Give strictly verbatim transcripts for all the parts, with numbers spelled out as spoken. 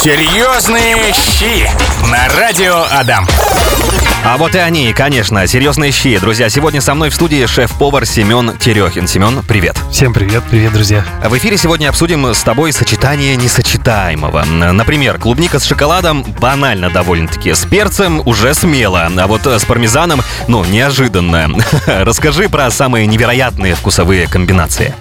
Серьезные щи на радио Адам. А вот и они, конечно, серьезные щи. Друзья, сегодня со мной в студии шеф-повар Семен Терехин. Семен, привет. Всем привет, привет, друзья. В эфире сегодня обсудим с тобой сочетание несочетаемого. Например, клубника с шоколадом банально довольно-таки. С перцем уже смело, а вот с пармезаном, ну, неожиданно. Расскажи про самые невероятные вкусовые комбинации.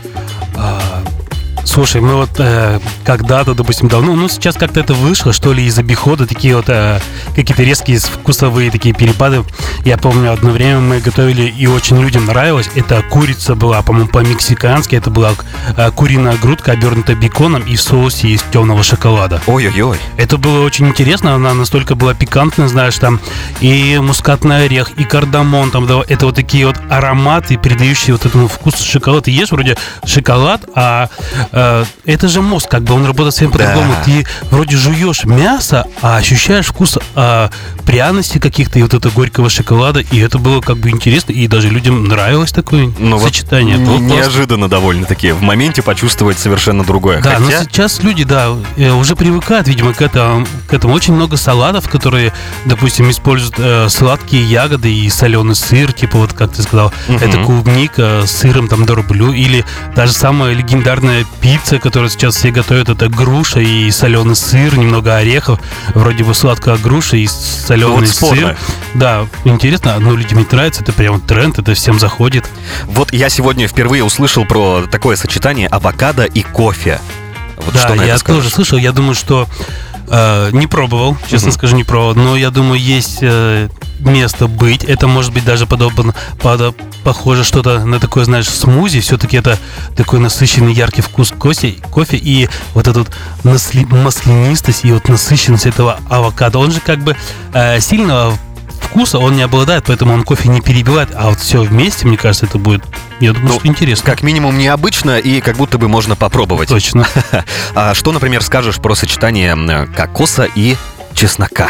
Слушай, мы вот э, когда-то, допустим, давно, ну сейчас как-то это вышло, что ли, из обихода, такие вот э, какие-то резкие вкусовые такие перепады. Я помню, одно время мы готовили, и очень людям нравилось. Это курица была, по-моему, по-мексикански. Это была э, куриная грудка, обернута беконом и в соусе из темного шоколада. Ой-ой-ой. Это было очень интересно, она настолько была пикантная, знаешь, там и мускатный орех, и кардамон, там, да, это вот такие вот ароматы, передающие вот этому вкусу шоколада. Ты ешь вроде шоколад, а это же мозг, как бы он работает совсем по-другому. Да. Ты вроде жуешь мясо, а ощущаешь вкус а, пряности каких-то и вот этого горького шоколада. И это было как бы интересно, и даже людям нравилось такое ну, сочетание. Вот не, неожиданно довольно-таки. В моменте почувствовать совершенно другое. Да, Хотя... но сейчас люди, да, уже привыкают, видимо, к этому. К этому. Очень много салатов, которые, допустим, используют э, сладкие ягоды и соленый сыр, типа вот, как ты сказал, угу. Это клубника с сыром там дорблю, или даже самая легендарная пицца, которую сейчас все готовят, это груша и соленый сыр, немного орехов, вроде бы сладкая груша и соленый вот сыр. Да, интересно, но людям не нравится, это прям тренд, это всем заходит. Вот я сегодня впервые услышал про такое сочетание авокадо и кофе. Вот да, что на я это тоже слышал, я думаю, что э, не пробовал, честно uh-huh. скажу, не пробовал, но я думаю, есть э, место быть. Это может быть даже подобно, подо, похоже что-то на такое, знаешь, смузи. Все-таки это такой насыщенный, яркий вкус кофе, кофе и вот эта вот насли, маслянистость и вот насыщенность этого авокадо. Он же как бы э, сильного вкуса он не обладает, поэтому он кофе не перебивает. А вот все вместе, мне кажется, это будет, я думаю, ну, что интересно. Как минимум необычно и как будто бы можно попробовать. Точно. А что, например, скажешь про сочетание кокоса и чеснока?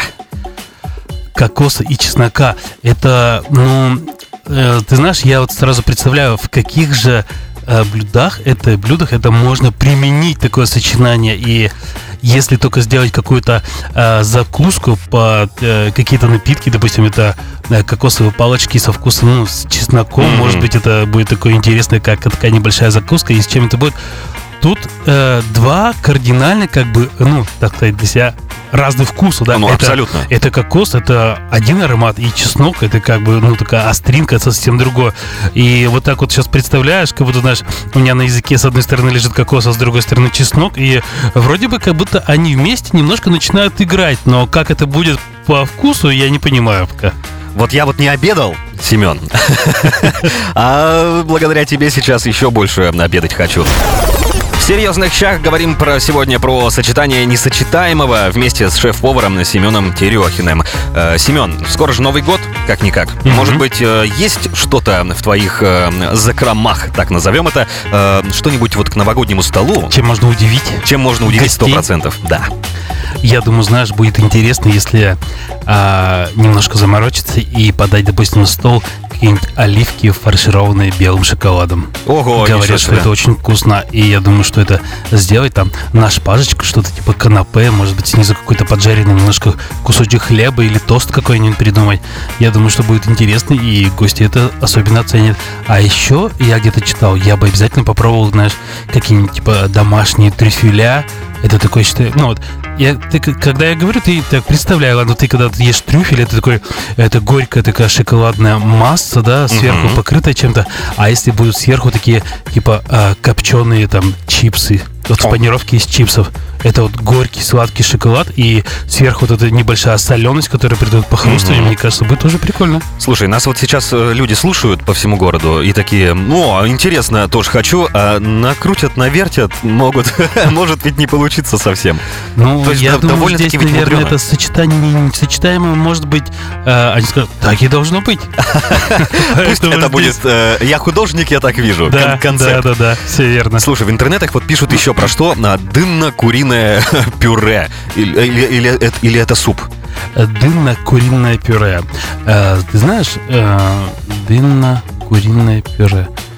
Кокоса и чеснока. Это, ну, э, ты знаешь, я вот сразу представляю, в каких же э, блюдах это, блюдах это можно применить такое сочетание. И если только сделать какую-то э, закуску под э, какие-то напитки, допустим, это э, кокосовые палочки со вкусом, ну, с чесноком, mm-hmm. может быть, это будет такое интересное, как такая небольшая закуска, и с чем это будет. Тут э, два кардинально, как бы, ну, так сказать, для себя разный вкус, да. Ну, это, абсолютно. Это кокос, это один аромат, и чеснок, это как бы, ну, такая остринка, это совсем другое. И вот так вот сейчас представляешь, как будто, знаешь, у меня на языке с одной стороны лежит кокос, а с другой стороны чеснок, и вроде бы как будто они вместе немножко начинают играть, но как это будет по вкусу, я не понимаю пока. Вот я вот не обедал, Семен, а благодаря тебе сейчас еще больше обедать хочу. В серьезных щах говорим про сегодня про сочетание несочетаемого вместе с шеф-поваром Семеном Терехиным. Э, Семен, скоро же Новый год, как-никак. Mm-hmm. Может быть, э, есть что-то в твоих э, закромах, так назовем это, э, что-нибудь вот к новогоднему столу? Чем можно удивить? Чем можно удивить сто процентов, да. Я думаю, знаешь, будет интересно, если а, немножко заморочиться и подать, допустим, на стол какие-нибудь оливки, фаршированные белым шоколадом. Ого, говорят, что это очень вкусно, и я думаю, что это сделать там на шпажечку, что-то типа канапе, может быть, снизу какой-то поджаренный немножко кусочек хлеба или тост какой-нибудь придумать. Я думаю, что будет интересно, и гости это особенно оценят. А еще я где-то читал, я бы обязательно попробовал, знаешь, какие-нибудь типа домашние трюфеля. Это такой, считаю, ну вот, я, ты, когда я говорю, ты так представляю, ладно, ты когда ты ешь трюфель, это такой, это горькая такая шоколадная масса, да, сверху uh-huh. покрытая чем-то, а если будут сверху такие, типа, э, копченые там чипсы, вот в панировке из чипсов, это вот горький сладкий шоколад, и сверху вот эта небольшая соленость, которая придает похрустывание, mm-hmm. мне кажется, будет тоже прикольно. Слушай, нас вот сейчас люди слушают по всему городу и такие, ну, интересно, тоже хочу, а накрутят, навертят, могут, может ведь не получиться совсем. Ну, я думаю, здесь, наверное, это сочетание несочетаемое, может быть, они скажут, так и должно быть. Пусть это будет, я художник, я так вижу, концепт. Да, да, да, все верно. Слушай, в интернетах вот пишут еще про что? Дынно-куриное пюре. Или, или, или, или это суп? Дынно-куриное пюре. Ты знаешь, дынно-куриное пюре.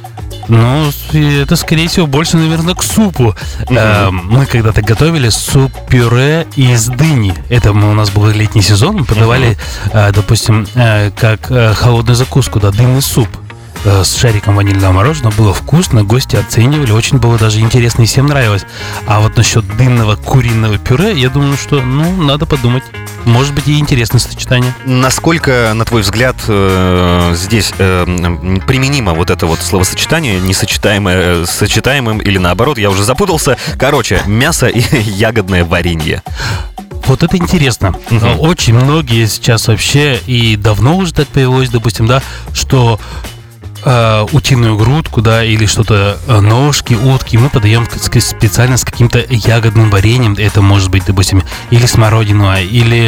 Ну, это, скорее всего, больше, наверное, к супу. Мгм. Э, Мы когда-то готовили суп-пюре из дыни. Это мы, у нас был летний сезон. Мы подавали, э, допустим, э, как э, холодную закуску, да, дынный суп э, с шариком ванильного мороженого. Было вкусно, гости оценивали. Очень было даже интересно и всем нравилось. А вот насчет дынного куриного пюре, я думаю, что, ну, надо подумать. Может быть, и интересное сочетание. Насколько, на твой взгляд, э, здесь э, м, применимо вот это вот словосочетание, несочетаемое с сочетаемым, или наоборот, я уже запутался. Короче, мясо и ягодное варенье. Вот это интересно. Мгм. Очень многие сейчас вообще, и давно уже так появилось, допустим, да, что э, утиную грудку, да, или что-то, э, ножки, утки мы подаем к- с- специально с каким-то ягодным вареньем. Это может быть, допустим, или смородиновое, или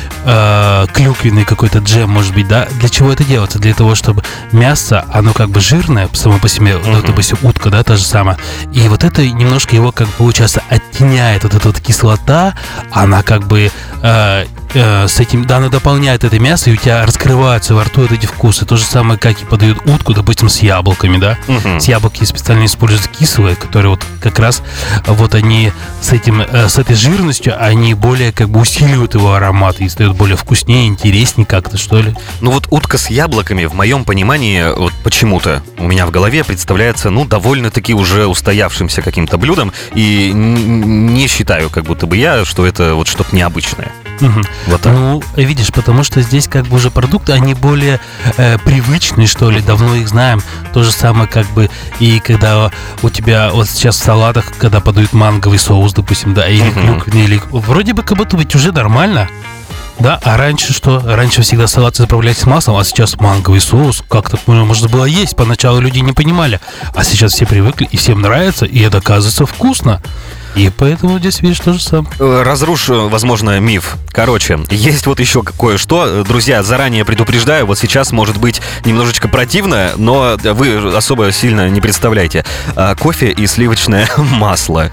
э, клюквенный какой-то джем, может быть, да. Для чего это делается? Для того, чтобы мясо, оно как бы жирное само по себе, ну, Мгм. допустим, утка, да, та же самая. И вот это немножко его, как получается, оттеняет. Вот эта вот кислота, она как бы э, э, с этим, да, она дополняет это мясо, и у тебя раскрываются во рту вот эти вкусы. То же самое, как и подают утку, допустим, с яблоками, да. Мгм. С яблоки специально используются кислые, которые вот как раз вот они с этим, э, с этой жирностью, они более как бы усиливают его аромат и стают более вкуснее, интереснее как-то, что ли. Ну вот утка с яблоками, в моем понимании, вот почему-то у меня в голове представляется, ну, довольно-таки уже устоявшимся каким-то блюдом, и н- не считаю, как будто бы я, что это вот что-то необычное. Мгм. Вот так. Ну, видишь, потому что здесь как бы уже продукты, они более э, привычные, что ли, давно их знаем. То же самое как бы и когда у тебя вот сейчас в салатах, когда подают манговый соус, допустим, да, или Мгм. клюквенный, или вроде бы как будто быть уже нормально. Да, а раньше что? Раньше всегда салаты заправлялись маслом, а сейчас манговый соус. Как так можно было есть? Поначалу люди не понимали. А сейчас все привыкли, и всем нравится, и это оказывается вкусно. И поэтому здесь, видишь, то же самое. Э, Разрушу, возможно, миф. Короче, есть вот еще кое-что. Друзья, заранее предупреждаю, вот сейчас может быть немножечко противно, но вы особо сильно не представляете. А, Кофе и сливочное масло.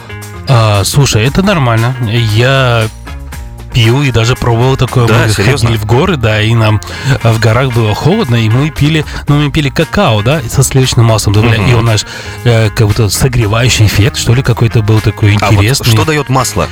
А, слушай, это нормально. Я пил и даже пробовал такое. Да, Мы серьезно? ходили в горы, да, и нам а, в горах было холодно, и мы пили, ну, мы пили какао, да, со сливочным маслом добавляли. Мгм. И он наш э, как будто согревающий эффект, что ли, какой-то был такой А вот интересный. что дает масло?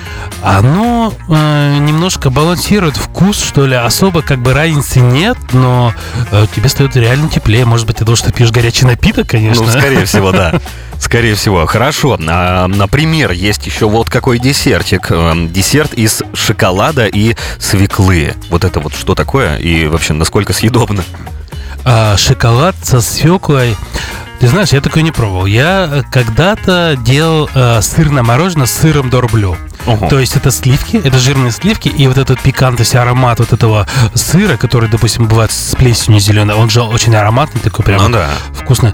Оно э, немножко балансирует вкус, что ли. Особо как бы разницы нет, но э, тебе стоит реально теплее. Может быть, из-за того, что ты пьешь горячий напиток, конечно. Ну, скорее всего, да. Скорее всего. Хорошо. А, например, есть еще вот какой десертик. Эм, Десерт из шоколада и свеклы. Вот это вот что такое? И вообще, насколько съедобно? А, шоколад со свеклой. Ты знаешь, я такое не пробовал. Я э, когда-то делал э, сырное мороженое с сыром дорблю. Ого. То есть это сливки, это жирные сливки, и вот этот пикантность, аромат вот этого сыра, который, допустим, бывает с плесенью зеленой, он же очень ароматный, такой прям Ну да. вкусно.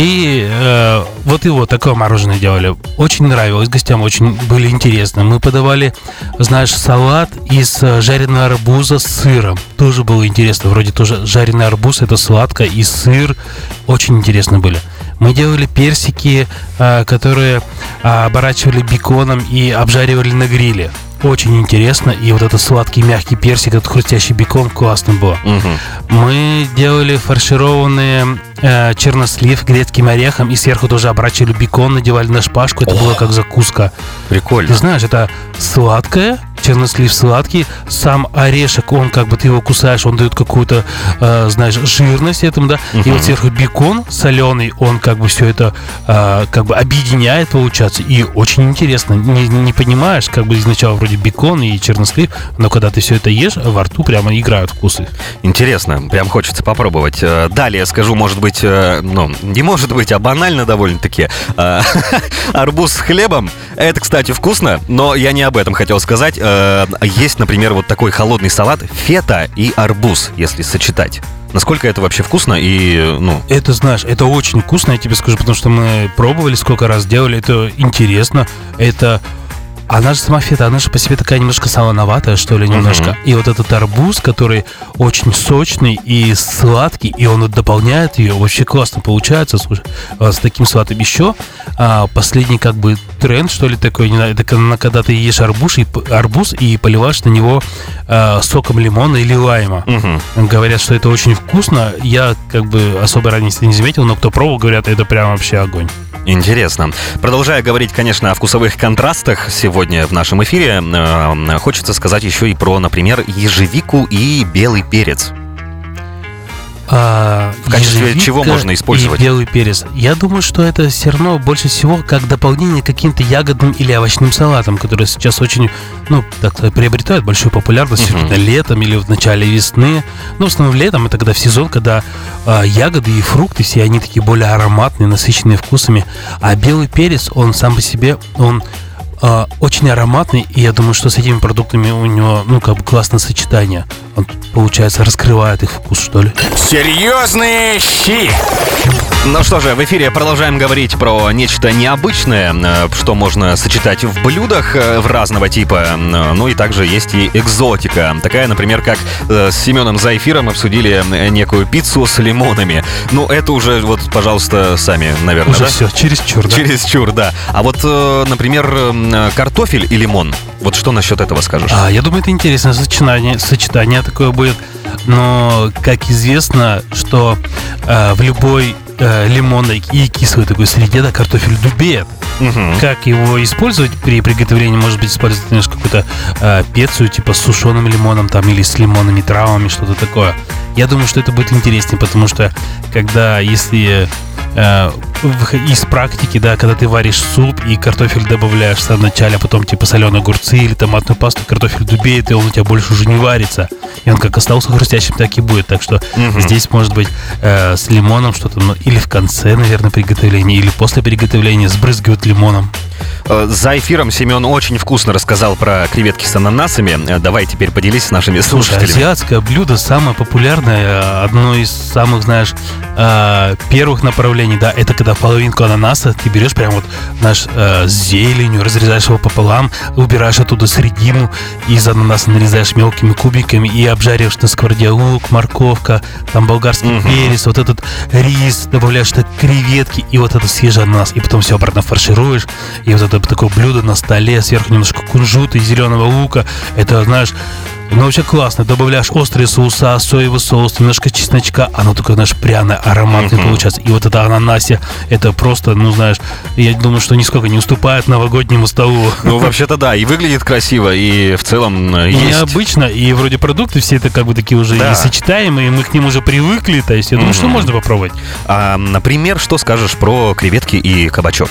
И э, вот его такое мороженое делали. Очень нравилось гостям, очень были интересно. Мы подавали, знаешь, салат из э, жареного арбуза с сыром. Тоже было интересно. Вроде тоже жареный арбуз, это сладко, и сыр. Очень интересно были. Мы делали персики, э, которые э, оборачивали беконом и обжаривали на гриле. Очень интересно. И вот этот сладкий мягкий персик, этот хрустящий бекон, классно было. Мгм. Мы делали фаршированные э, чернослив грецким орехом, и сверху тоже оборачивали бекон, надевали на шпажку. Это О. было как закуска. Прикольно. Ты знаешь, это сладкое, чернослив сладкий, сам орешек, он как бы ты его кусаешь, он дает какую-то, э, знаешь, жирность этому, да. И Мгм. вот сверху бекон соленый, он как бы все это э, как бы объединяет, получается, и очень интересно. Не, не понимаешь, как бы изначально вроде бекон и чернослив, но когда ты все это ешь, во рту прямо играют вкусы. Интересно, прям хочется попробовать. Э, Далее скажу, может быть, э, ну, не может быть, а банально довольно-таки. Э, Арбуз с хлебом. Это, кстати, вкусно, но я не об этом хотел сказать. Э, Есть, например, вот такой холодный салат фета и арбуз, если сочетать. Насколько это вообще вкусно и, ну, Это, знаешь, это очень вкусно, я тебе скажу, потому что мы пробовали, сколько раз делали, это интересно. Это... Она же сама фета, она же по себе такая немножко солоноватая, что ли, немножко. Мгм. И вот этот арбуз, который очень сочный и сладкий, и он вот дополняет ее, вообще классно получается, слушай, а, с таким салатом. Еще а, последние как бы тренд, что ли, такой, не знаю, это когда ты ешь арбуз и, арбуз и поливаешь на него э, соком лимона или лайма. Угу. Говорят, что это очень вкусно. Я как бы особой разницы не заметил, но кто пробовал, говорят, это прям вообще огонь. Интересно. Продолжая говорить, конечно, о вкусовых контрастах сегодня в нашем эфире, э, хочется сказать еще и про, например, ежевику и белый перец. А, в качестве чего можно использовать? И белый перец. Я думаю, что это все равно больше всего как дополнение к каким-то ягодным или овощным салатам, которые сейчас очень, ну, так приобретают большую популярность uh-huh. летом или в начале весны. Ну, в основном летом, это когда в сезон, когда а, ягоды и фрукты все они такие более ароматные, насыщенные вкусами. А белый перец, он сам по себе, он а, очень ароматный, и я думаю, что с этими продуктами у него, ну, как бы классное сочетание. Он, получается, раскрывает их вкус, что ли. Серьезные щи! Ну что же, в эфире продолжаем говорить про нечто необычное, что можно сочетать в блюдах разного типа. Ну и также есть и экзотика. Такая, например, как с Семеном за эфиром обсудили некую пиццу с лимонами. Ну это уже, вот, пожалуйста, сами, наверное, уже да? все, чересчур, да? Чересчур, да. А вот, например, картофель и лимон. Вот что насчет этого скажешь? А, я думаю, это интересное сочетание, сочетание такое будет. Но, как известно, что э, в любой э, лимонной и кислой такой среде, да, картофель дубеет. Угу. Как его использовать при приготовлении? Может быть, использовать, конечно, какую-то э, пецию, типа с сушеным лимоном там, или с лимонными травами, что-то такое. Я думаю, что это будет интереснее, потому что, когда, если... из практики, да, когда ты варишь суп и картофель добавляешь в самом начале, а потом типа соленые огурцы или томатную пасту, картофель дубеет, и он у тебя больше уже не варится. И он как остался хрустящим, так и будет. Так что угу. здесь может быть э, с лимоном что-то, ну, или в конце, наверное, приготовления, или после приготовления сбрызгивают лимоном. За эфиром Семен очень вкусно рассказал про креветки с ананасами. Давай теперь поделись с нашими слушателями. Слушай, азиатское блюдо самое популярное, одно из самых, знаешь, первых направлений, да, это когда половинку ананаса ты берешь прям вот, знаешь, с зеленью, разрезаешь его пополам, убираешь оттуда середину, и из ананаса нарезаешь мелкими кубиками и обжариваешь на сковороде лук, морковка, там болгарский uh-huh. перец, вот этот рис, добавляешь так креветки и вот этот свежий ананас, и потом все обратно фаршируешь, и вот это такое блюдо на столе, сверху немножко кунжута и зеленого лука. Это, знаешь, ну вообще классно. Добавляешь острые соуса, соевый соус, немножко чесночка. Оно такое, знаешь, пряное, ароматное mm-hmm. получается. И вот это ананасе, это просто, ну знаешь, я думаю, что нисколько не уступает новогоднему столу. Ну вообще-то да, и выглядит красиво, и в целом есть. Необычно, и вроде продукты все это как бы такие уже да. и сочетаемые, мы к ним уже привыкли. То есть я думаю, mm-hmm. что можно попробовать. А, например, что скажешь про креветки и кабачок?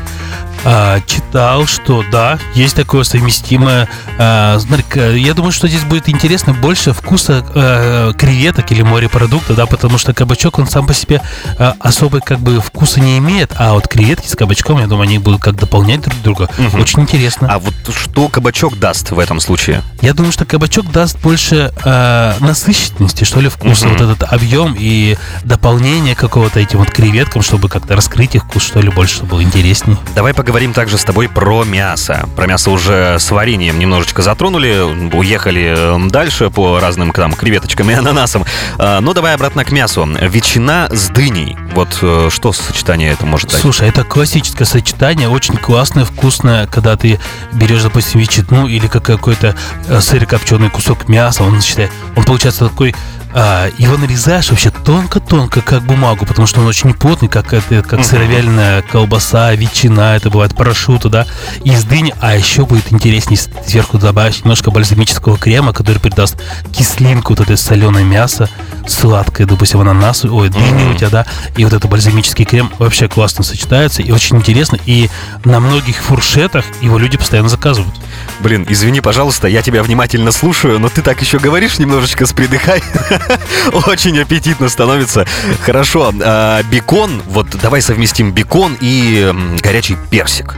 А, читал, что да, есть такое совместимое. А, смотри, я думаю, что здесь будет интересно больше вкуса а, креветок или морепродукта, да, потому что кабачок, он сам по себе а, особой как бы вкуса не имеет, а вот креветки с кабачком, я думаю, они будут как дополнять друг друга. Угу. Очень интересно. А вот что кабачок даст в этом случае? Я думаю, что кабачок даст больше а, насыщенности, что ли, вкуса, угу. вот этот объем и дополнение какого-то этим вот креветкам, чтобы как-то раскрыть их вкус, что ли, больше, чтобы было интереснее. Давай поговорим Говорим также с тобой про мясо. Про мясо уже с вареньем немножечко затронули, уехали дальше по разным там креветочкам и ананасам. Но давай обратно к мясу. Ветчина с дыней. Вот что сочетание это может дать? Слушай, это классическое сочетание, очень классное, вкусное, когда ты берешь, допустим, ветчину или какой-то сырокопченый кусок мяса, он, считай, он получается такой. А, его нарезаешь вообще тонко-тонко, как бумагу, потому что он очень плотный, как, это, как uh-huh. сыровяленая колбаса, ветчина, это бывает парашюта, да, из дыни. А еще будет интереснее сверху добавить немножко бальзамического крема, который придаст кислинку, вот это соленое мясо, сладкое, допустим, ананас, ой, дыни uh-huh. у тебя, да, и вот этот бальзамический крем вообще классно сочетается и очень интересно, и на многих фуршетах его люди постоянно заказывают. Блин, извини, пожалуйста, я тебя внимательно слушаю, но ты так еще говоришь немножечко с придыханием. Очень аппетитно становится. Хорошо, а, бекон, вот давай совместим бекон и м, горячий персик.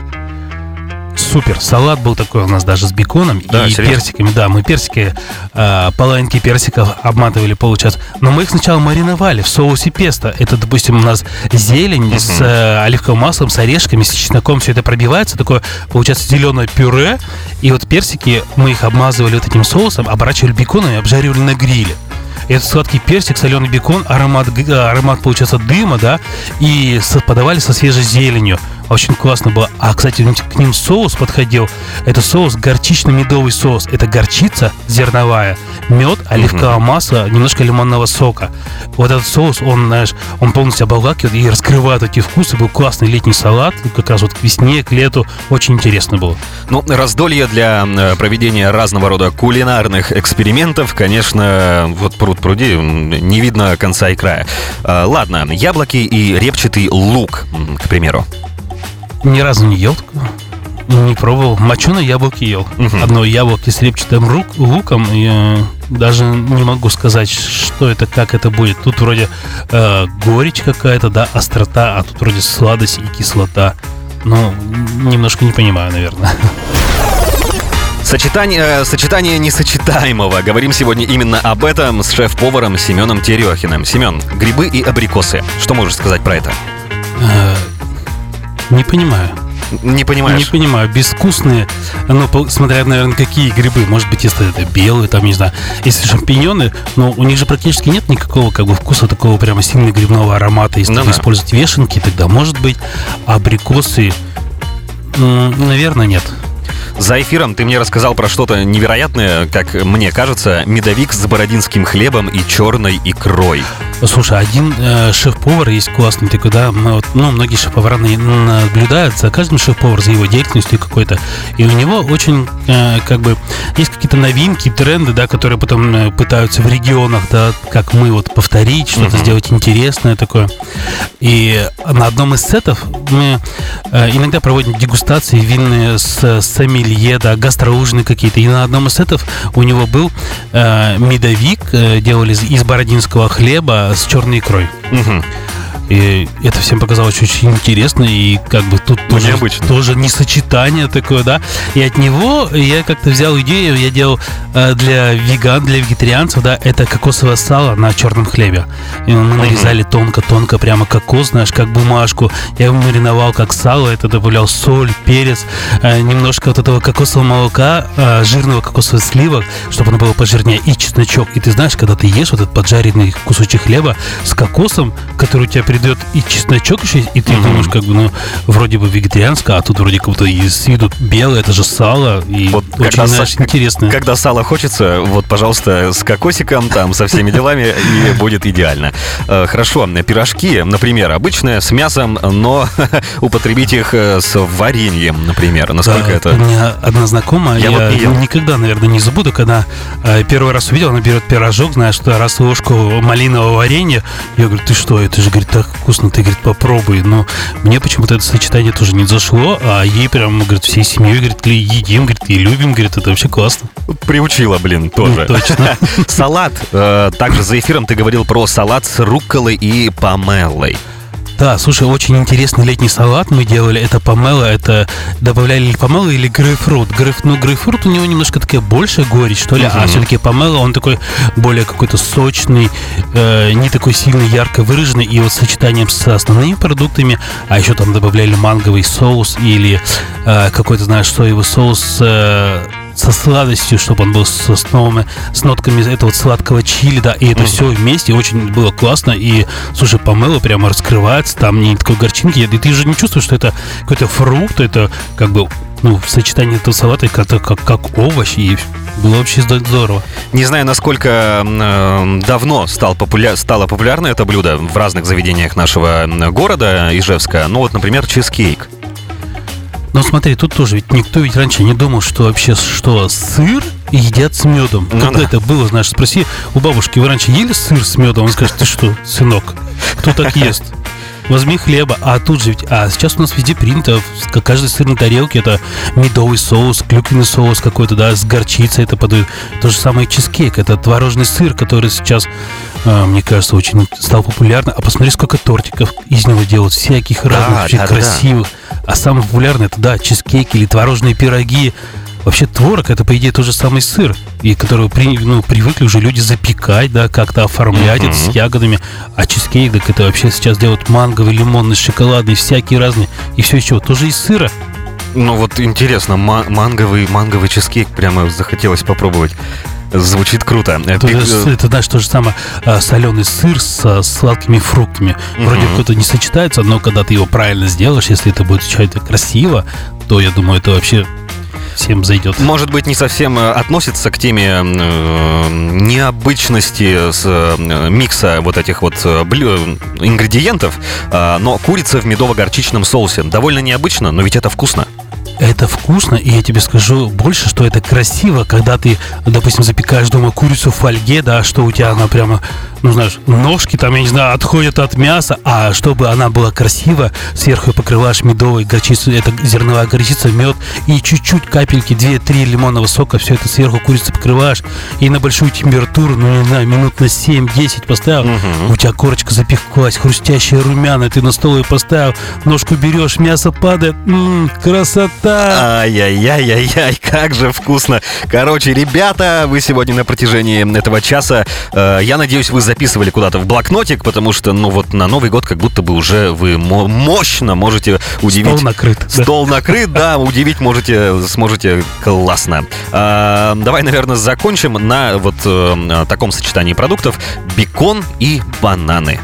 Супер, салат был такой у нас даже с беконом да, и серьезно? персиками. Да, мы персики, э, половинки персиков обматывали, получается. Но мы их сначала мариновали в соусе песто. Это, допустим, у нас зелень uh-huh. с э, оливковым маслом, с орешками, с чесноком. Все это пробивается, такое, получается, зеленое пюре. И вот персики, мы их обмазывали вот этим соусом, оборачивали беконом и обжаривали на гриле. Это сладкий персик, соленый бекон, аромат, аромат получается, дыма, да, и подавали со свежей зеленью. Очень классно было. А, кстати, к ним соус подходил. Это соус горчично-медовый соус. Это горчица зерновая, мед, оливковое масло, немножко лимонного сока. Вот этот соус, он, знаешь, он полностью обволакивает и раскрывает эти вкусы. Был классный летний салат, как раз вот к весне, к лету. Очень интересно было. Ну, раздолье для проведения разного рода кулинарных экспериментов, конечно, вот пруд пруди, не видно конца и края. Ладно, яблоки и репчатый лук, к примеру. Ни разу не ел, не пробовал. Моченые яблоки ел. Uh-huh. Одно яблоко с репчатым рук, луком. Я даже не могу сказать, что это, как это будет. Тут вроде э, горечь какая-то, да, острота, а тут вроде сладость и кислота. Ну, немножко не понимаю, наверное. Сочетание, сочетание несочетаемого. Говорим сегодня именно об этом с шеф-поваром Семеном Терехиным. Семен, грибы и абрикосы. Что можешь сказать про это? Не понимаю. Не понимаешь? Не понимаю. Безвкусные, ну, смотря, наверное, какие грибы. Может быть, если это белые, там, не знаю. Если шампиньоны, но у них же практически нет никакого, как бы, вкуса такого прямо сильно грибного аромата. Если ну, использовать вешенки, тогда может быть. Абрикосы, наверное, нет. За эфиром ты мне рассказал про что-то невероятное, как мне кажется, медовик с бородинским хлебом и черной икрой. Слушай, один э, шеф-повар есть классный такой, да, вот, ну, многие шеф-повара наблюдают за каждым шеф-поваром, за его деятельностью какой-то, и у него очень, э, как бы, есть какие-то новинки, тренды, да, которые потом э, пытаются в регионах, да, как мы, вот, повторить, что-то uh-huh. сделать интересное такое. И на одном из сетов мы э, иногда проводим дегустации винные с сомелье, да, гастроужины какие-то, и на одном из сетов у него был э, медовик, э, делали из, из бородинского хлеба с черной икрой. Угу. И это всем показалось очень интересно. И как бы тут ну, тоже, тоже несочетание такое, да. И от него я как-то взял идею. Я делал э, для веган, для вегетарианцев, да, это кокосовое сало на черном хлебе. И мы mm-hmm. нарезали тонко-тонко, прямо кокос, знаешь, как бумажку. Я его мариновал как сало. Это добавлял соль, перец, э, немножко вот этого кокосового молока, э, жирного кокосового слива, чтобы оно было пожирнее, и чесночок. И ты знаешь, когда ты ешь вот этот поджаренный кусочек хлеба с кокосом, который у тебя придет, и чесночок еще, и ты mm-hmm. думаешь, как бы, ну, вроде бы вегетарианское, а тут вроде как будто с виду белое, это же сало, и вот очень, знаешь, са- интересно. Когда сало хочется, вот, пожалуйста, с кокосиком, там, со всеми делами, и будет идеально. Хорошо, пирожки, например, обычные, с мясом, но употребить их с вареньем, например, насколько это... У меня одна знакомая, я, я вот никогда, наверное, не забуду, когда первый раз увидел, она берет пирожок, знаешь, что раз ложку малинового варенья, я говорю, ты что, это же, говорит, так вкусно, ты, говорит, попробуй. Но мне почему-то это сочетание тоже не зашло, а ей прям, говорит, всей семьей, говорит, едим, говорит, и любим, говорит, это вообще классно. Приучила, блин, тоже. Ну, точно. Салат. Также за эфиром ты говорил про салат с рукколой и помелой. Да, слушай, очень интересный летний салат мы делали. Это помело, это добавляли помело или грейпфрут. Грейп, ну, грейпфрут у него немножко такая большая горечь, что ли, uh-huh. а все-таки помело, он такой более какой-то сочный, э, не такой сильно ярко выраженный. И вот сочетанием с основными продуктами, а еще там добавляли манговый соус или э, какой-то, знаешь, соевый соус э, со сладостью, чтобы он был с основами, с нотками этого сладкого чили, да, и это uh-huh. все вместе очень было классно. И, слушай, помело прямо раскрывается, там не такой горчинки, и ты же не чувствуешь, что это какой-то фрукт, это как бы, ну, в сочетании этого салата как, как, как овощ, и было вообще здорово. Не знаю, насколько э, давно стал популя... стало популярно это блюдо в разных заведениях нашего города Ижевска, ну вот, например, чизкейк. Но смотри, тут тоже ведь никто ведь раньше не думал, что вообще что сыр едят с медом. Ну, когда да. это было, знаешь, спроси у бабушки, вы раньше ели сыр с медом? Он скажет, ты что, сынок, кто так ест? Возьми хлеба, а тут же ведь, а сейчас у нас везде принято, каждой сырной тарелке это медовый соус, клюквенный соус какой-то, да, с горчицей это подают. То же самое чизкейк, это творожный сыр, который сейчас, мне кажется, очень стал популярным. А посмотри, сколько тортиков из него делают, всяких да, разных, очень да, красивых. Да. А самый популярный это, да, чизкейки или творожные пироги. Вообще творог это, по идее, тот же самый сыр, и которого при, ну, привыкли уже люди запекать, да, как-то оформлять mm-hmm. это с ягодами. А чизкейк, так это вообще сейчас делают манговый, лимонный, шоколадный, всякие разные. И все еще тоже из сыра. Ну вот интересно, ма- манговый, манговый чизкейк прямо захотелось попробовать. Звучит круто. Это, Пик- же- это, знаешь, то же самое, а, соленый сыр со сладкими фруктами. Вроде Мгм. как это не сочетается, но когда ты его правильно сделаешь, если это будет чай-то красиво, то, я думаю, это вообще всем зайдет. Может быть, не совсем э, относится к теме э, необычности с э, микса вот этих вот э, блю- ингредиентов, э, но курица в медово-горчичном соусе. Довольно необычно, но ведь это вкусно. Это вкусно, и я тебе скажу больше, что это красиво, когда ты, допустим, запекаешь дома курицу в фольге, да, что у тебя она прямо, ну, знаешь, ножки там, я не знаю, отходят от мяса, а чтобы она была красива, сверху покрываешь медовой горчицей, это зерновая горчица, мед, и чуть-чуть капельки, две-три лимонного сока, все это сверху курицы покрываешь, и на большую температуру, ну, не знаю, минут на семь-десять поставил, Мгм. у тебя корочка запеклась, хрустящая, румяная, ты на стол ее поставил, ножку берешь, мясо падает, м-м, красота! Ай-яй-яй-яй-яй, как же вкусно. Короче, ребята, вы сегодня на протяжении этого часа, э, я надеюсь, вы записывали куда-то в блокнотик, потому что, ну вот, на Новый год как будто бы уже вы мо- мощно можете удивить. Стол накрыт. да. Стол накрыт, да, удивить можете, сможете классно. А, давай, наверное, закончим на вот э, таком сочетании продуктов: бекон и бананы.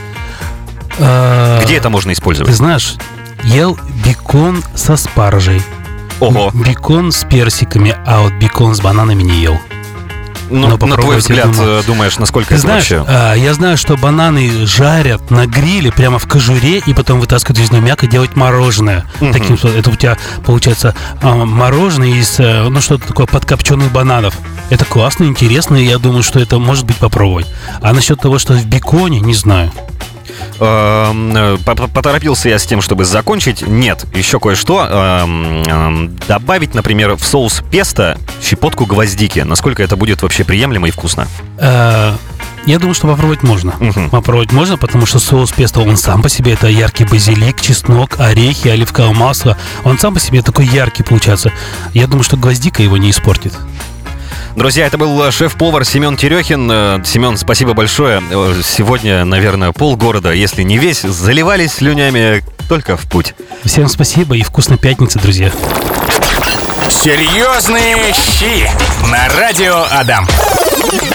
А, Где это можно Ты использовать? знаешь, ел бекон со спаржей. Ого. Бекон с персиками, а вот бекон с бананами не ел. Ну, но на твой попробовать, я взгляд, думаю. э, думаешь, насколько Ты это знаешь, вообще? а, я знаю, что бананы жарят на гриле прямо в кожуре и потом вытаскивают из нее мяко, делать мороженое. Мгм. Таким способом. Это у тебя получается а, мороженое из, э, ну, что-то такое подкопченых бананов. Это классно, интересно, и я думаю, что это может быть попробовать. А насчет того, что в беконе, не знаю. Эм, э, по- по- Поторопился я с тем, чтобы закончить. Нет, еще кое-что. Эм, эм, Добавить, например, в соус песто щепотку гвоздики. Насколько это будет вообще приемлемо и вкусно? Э, Я думаю, что попробовать можно. Мгм. Попробовать можно, потому что соус песто, он сам по себе, это яркий базилик, чеснок, орехи, оливковое масло. Он сам по себе такой яркий получается. Я думаю, что гвоздика его не испортит. Друзья, это был шеф-повар Семен Терехин. Э, Семен, спасибо большое. Э, Сегодня, наверное, полгорода, если не весь, заливались слюнями только в путь. Всем спасибо и вкусной пятницы, друзья. Серьезные щи на радио Адам.